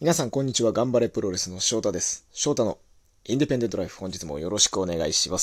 皆さんこんにちは。頑張れプロレスの翔太です。翔太のインディペンデントライフ、本日もよろしくお願いします。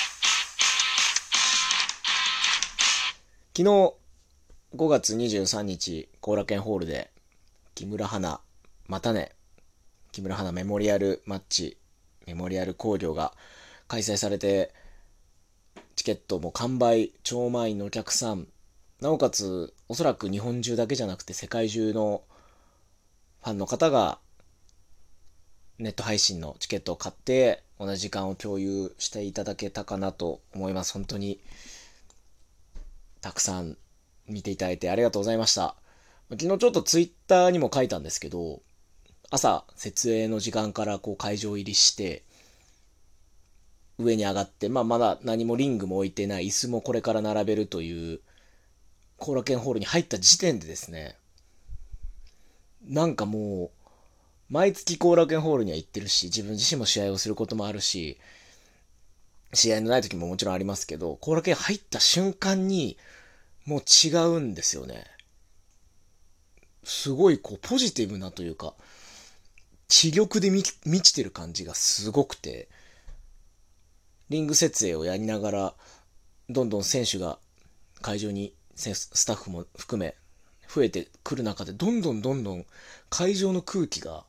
昨日5月23日後楽園ホールで木村花またね木村花メモリアルマッチ、メモリアル興行が開催されて、チケットも完売、超満員のお客さん、なおかつおそらく日本中だけじゃなくて世界中のファンの方がネット配信のチケットを買って同じ時間を共有していただけたかなと思います。本当にたくさん見ていただいてありがとうございました。昨日ちょっとツイッターにも書いたんですけど、朝設営の時間から会場入りして上に上がって、まだ何もリングも置いてない、椅子もこれから並べるという後楽園ホールに入った時点でですね、なんかもう毎月後楽園ホールには行ってるし、自分自身も試合をすることもあるし、試合のない時ももちろんありますけど、後楽園入った瞬間にもう違うんですよね。すごいポジティブなというか、気力で満ちてる感じがすごくて、リング設営をやりながら、どんどん選手が会場にスタッフも含め増えてくる中で、どんどん会場の空気が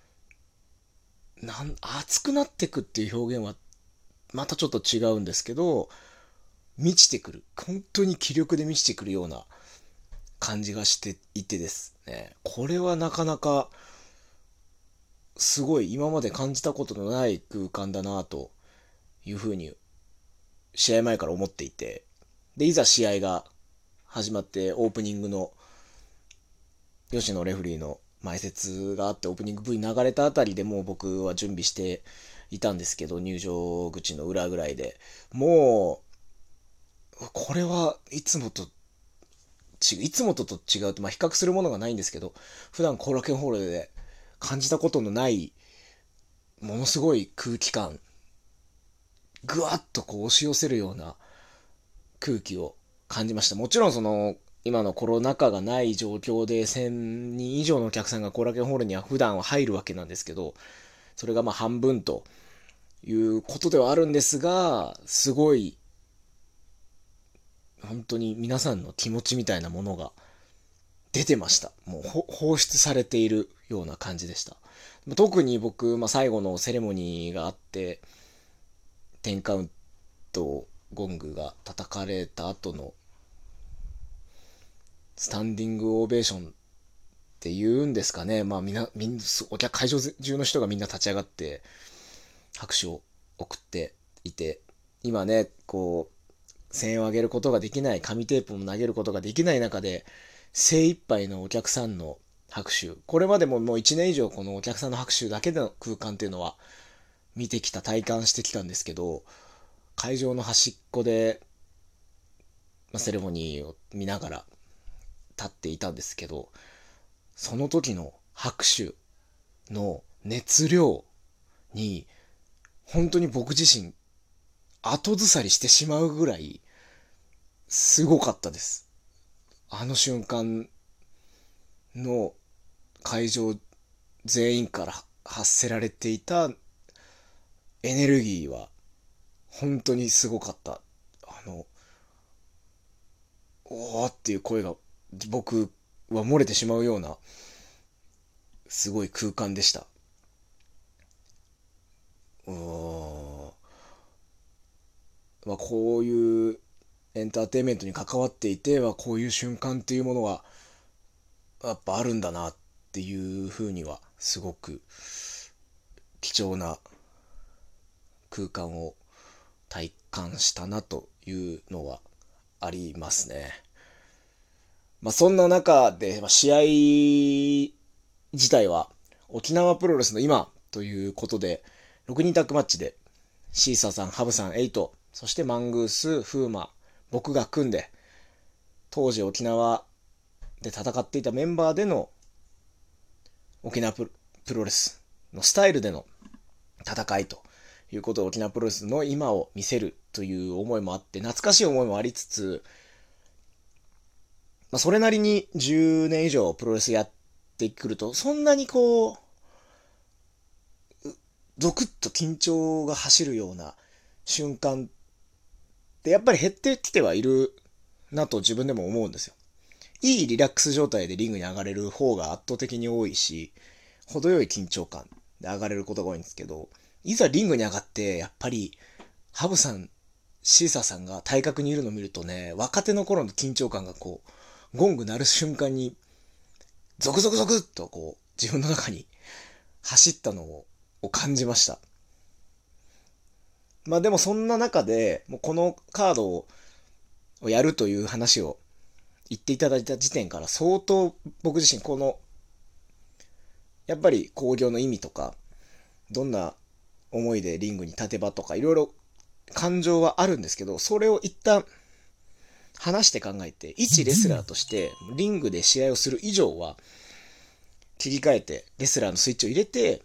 熱くなってくっていう表現はまたちょっと違うんですけど、満ちてくる、本当に気力で満ちてくるような感じがしていてですね、これはなかなかすごい今まで感じたことのない空間だなというふうに試合前から思っていて、でいざ試合が始まってオープニングの吉野レフリーの前説があって、オープニング V 流れたあたりでもう僕は準備していたんですけど、入場口の裏ぐらいでもうこれいつもと違うと、比較するものがないんですけど、普段後楽園ホールで感じたことのないものすごい空気感、ぐわっと押し寄せるような空気を感じました。もちろん今のコロナ禍がない状況で1000人以上のお客さんが後楽園ホールには普段は入るわけなんですけど、それが半分ということではあるんですが、すごい本当に皆さんの気持ちみたいなものが出てました。もう放出されているような感じでした。特に僕、最後のセレモニーがあって、10カウントゴングが叩かれた後のスタンディングオベーションっていうんですかね。みんな、会場中の人がみんな立ち上がって拍手を送っていて、今ね、声援を上げることができない、紙テープも投げることができない中で、精一杯のお客さんの拍手、これまでもう1年以上このお客さんの拍手だけでの空間っていうのは見てきた、体感してきたんですけど、会場の端っこで、セレモニーを見ながら立っていたんですけど、その時の拍手の熱量に本当に僕自身後ずさりしてしまうぐらいすごかったです。あの瞬間の会場全員から発せられていたエネルギーは本当にすごかった。おーっていう声が僕は漏れてしまうようなすごい空間でした。うーこういうエンターテインメントに関わっていては、こういう瞬間っていうものはやっぱあるんだなっていうふうには、すごく貴重な空間を体感したなというのはありますね。そんな中で、試合自体は沖縄プロレスの今ということで、6人タッグマッチでシーサーさん、ハブさん、エイト、そしてマングース、フーマ、僕が組んで、当時沖縄で戦っていたメンバーでの沖縄プロレスのスタイルでの戦いということで、沖縄プロレスの今を見せるという思いもあって、懐かしい思いもありつつ、それなりに10年以上プロレスやっってくると、そんなにこう、ゾクッと緊張が走るような瞬間ってやっぱり減ってきてはいるなと自分でも思うんですよ。いいリラックス状態でリングに上がれる方が圧倒的に多いし、程よい緊張感で上がれることが多いんですけど、いざリングに上がって、やっぱり、ハブさん、シーサーさんが対角にいるのを見るとね、若手の頃の緊張感がこう、ゴング鳴る瞬間に、ゾクゾクゾクっとこう、自分の中に走ったのを感じました。まあでもそんな中で、もうこのカードをやるという話を言っていただいた時点から相当僕自身この、やっぱり興行の意味とか、どんな思いでリングに立てばとかいろいろ感情はあるんですけど、それを一旦話して考えて、一レスラーとしてリングで試合をする以上は切り替えてレスラーのスイッチを入れて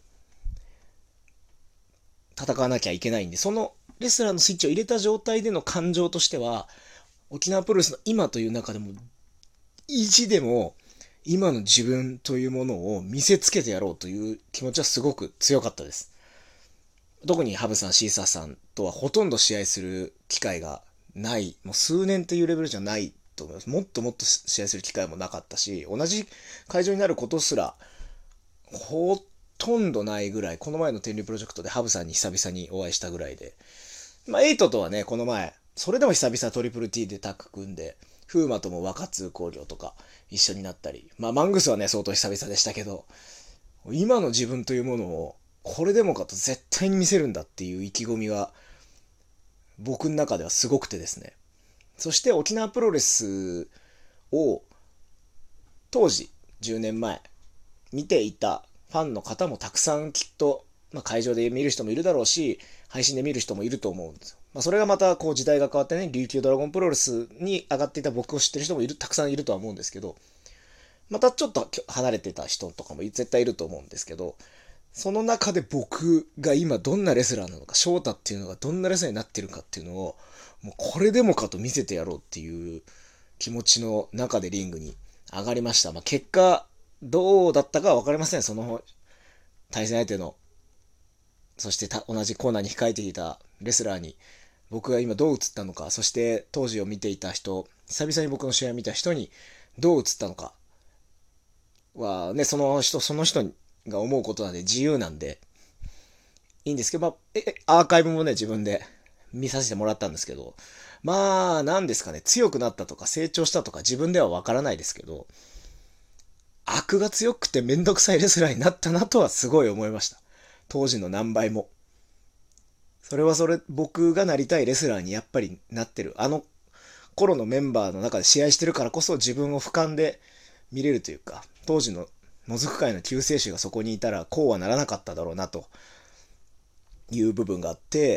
戦わなきゃいけないんで、そのレスラーのスイッチを入れた状態での感情としては、沖縄プロレスの今という中でも意地でも今の自分というものを見せつけてやろうという気持ちはすごく強かったです。特にハブさん、シーサーさんとはほとんど試合する機会がない、もう数年というレベルじゃないと思います。もっともっと試合する機会もなかったし、同じ会場になることすらほとんどないぐらい、この前の天竜プロジェクトでハブさんに久々にお会いしたぐらいで、まあ、エイトとはね、この前、それでも久々トリプル T でタッグ組んで、風磨とも若通工業とか一緒になったり、まあマングスはね、相当久々でしたけど、今の自分というものを、これでもかと絶対に見せるんだっていう意気込みは、僕の中ではすごくてですね。そして沖縄プロレスを、当時、10年前、見ていたファンの方もたくさんきっと、まあ、会場で見る人もいるだろうし、配信で見る人もいると思うんですよ。まあ、それがまたこう時代が変わってね、琉球ドラゴンプロレスに上がっていた僕を知ってる人もたくさんいるとは思うんですけど、またちょっと離れてた人とかも絶対いると思うんですけど、その中で僕が今どんなレスラーなのか、翔太っていうのがどんなレスラーになってるかっていうのを、もうこれでもかと見せてやろうっていう気持ちの中でリングに上がりました。まあ、結果、どうだったかは分かりません。その対戦相手の、そして同じコーナーに控えていたレスラーに僕が今どう映ったのか、そして当時を見ていた人、久々に僕の試合を見た人にどう映ったのかはね、その人が思うことなんで自由なんでいいんですけど、まあ、アーカイブもね、自分で見させてもらったんですけど、まあ、なんですかね、強くなったとか成長したとか自分ではわからないですけど、悪が強くてめんどくさいレスラーになったなとはすごい思いました。当時の何倍も。それは僕がなりたいレスラーにやっぱりなってる。あの頃のメンバーの中で試合してるからこそ自分を俯瞰で見れるというか、当時のもずく界の救世主がそこにいたらこうはならなかっただろうなという部分があって、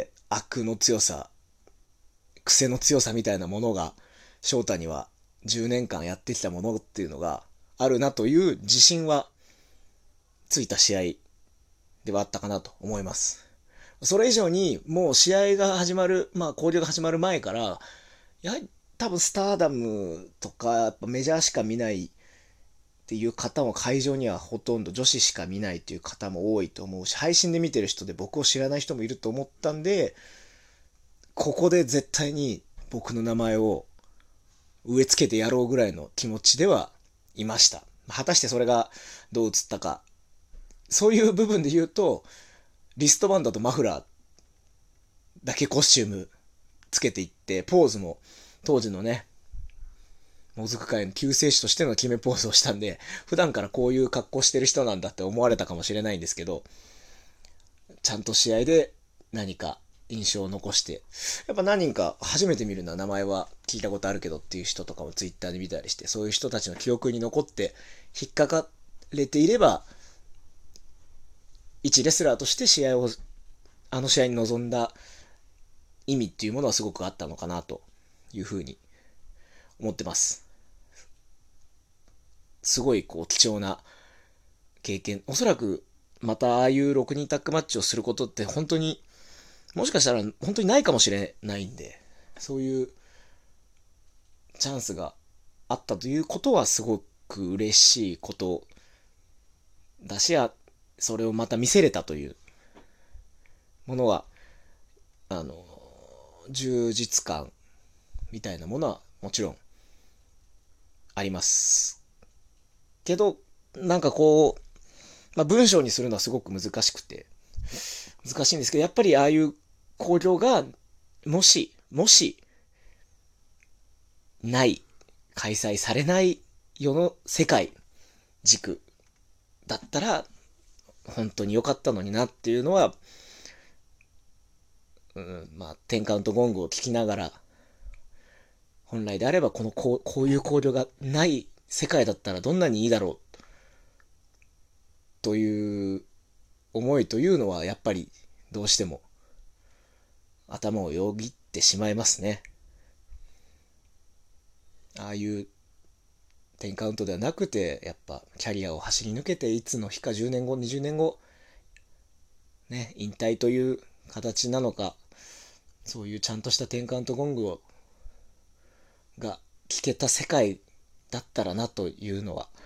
悪の強さ、癖の強さみたいなものが翔太には10年間やってきたものっていうのがあるなという自信はついた試合ではあったかなと思います。それ以上にもう試合が始まる、まあ交流が始まる前から、やはり多分スターダムとかやっぱメジャーしか見ないっていう方も会場にはほとんど女子しか見ないという方も多いと思うし、配信で見てる人で僕を知らない人もいると思ったんで、ここで絶対に僕の名前を植え付けてやろうぐらいの気持ちではいました。果たしてそれがどう映ったか。そういう部分で言うと、リストバンドとマフラーだけコスチュームつけていって、ポーズも当時のね、もずく界の救世主としての決めポーズをしたんで、普段からこういう格好してる人なんだって思われたかもしれないんですけど、ちゃんと試合で何か印象を残して、やっぱ何人か初めて見るのは名前は聞いたことあるけどっていう人とかもツイッターで見たりして、そういう人たちの記憶に残って引っかかれていれば、一レスラーとしてあの試合に臨んだ意味っていうものはすごくあったのかなというふうに思ってます。すごいこう貴重な経験。おそらくまたああいう6人タッグマッチをすることって本当にもしかしたら本当にないかもしれないんで、そういうチャンスがあったということはすごく嬉しいことだしや、それをまた見せれたというものは、充実感みたいなものはもちろんあります。けど、なんかこう、文章にするのはすごく難しくて、難しいんですけど、やっぱりああいう興行が、もし、ない、開催されない世の世界軸だったら、本当に良かったのになっていうのは、テンカウントゴングを聞きながら、本来であればこういう考慮がない世界だったらどんなにいいだろうという思いというのはやっぱりどうしても頭をよぎってしまいますね。ああいうテンカウントではなくて、やっぱキャリアを走り抜けていつの日か10年後、20年後、ね、引退という形なのか、そういうちゃんとしたテンカウントゴングが聞けた世界だったらなというのは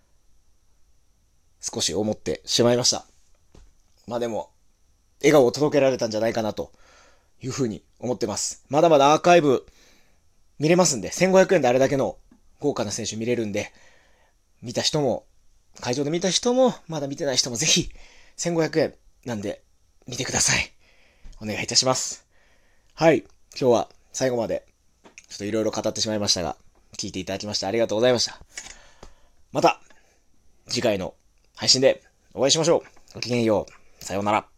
少し思ってしまいました。でも、笑顔を届けられたんじゃないかなというふうに思ってます。まだまだアーカイブ見れますんで、1500円であれだけの豪華な選手見れるんで、見た人も、会場で見た人も、まだ見てない人もぜひ、1500円なんで見てください。お願いいたします。はい。今日は最後まで、ちょっといろいろ語ってしまいましたが、聞いていただきましてありがとうございました。また、次回の配信でお会いしましょう。ごきげんよう。さようなら。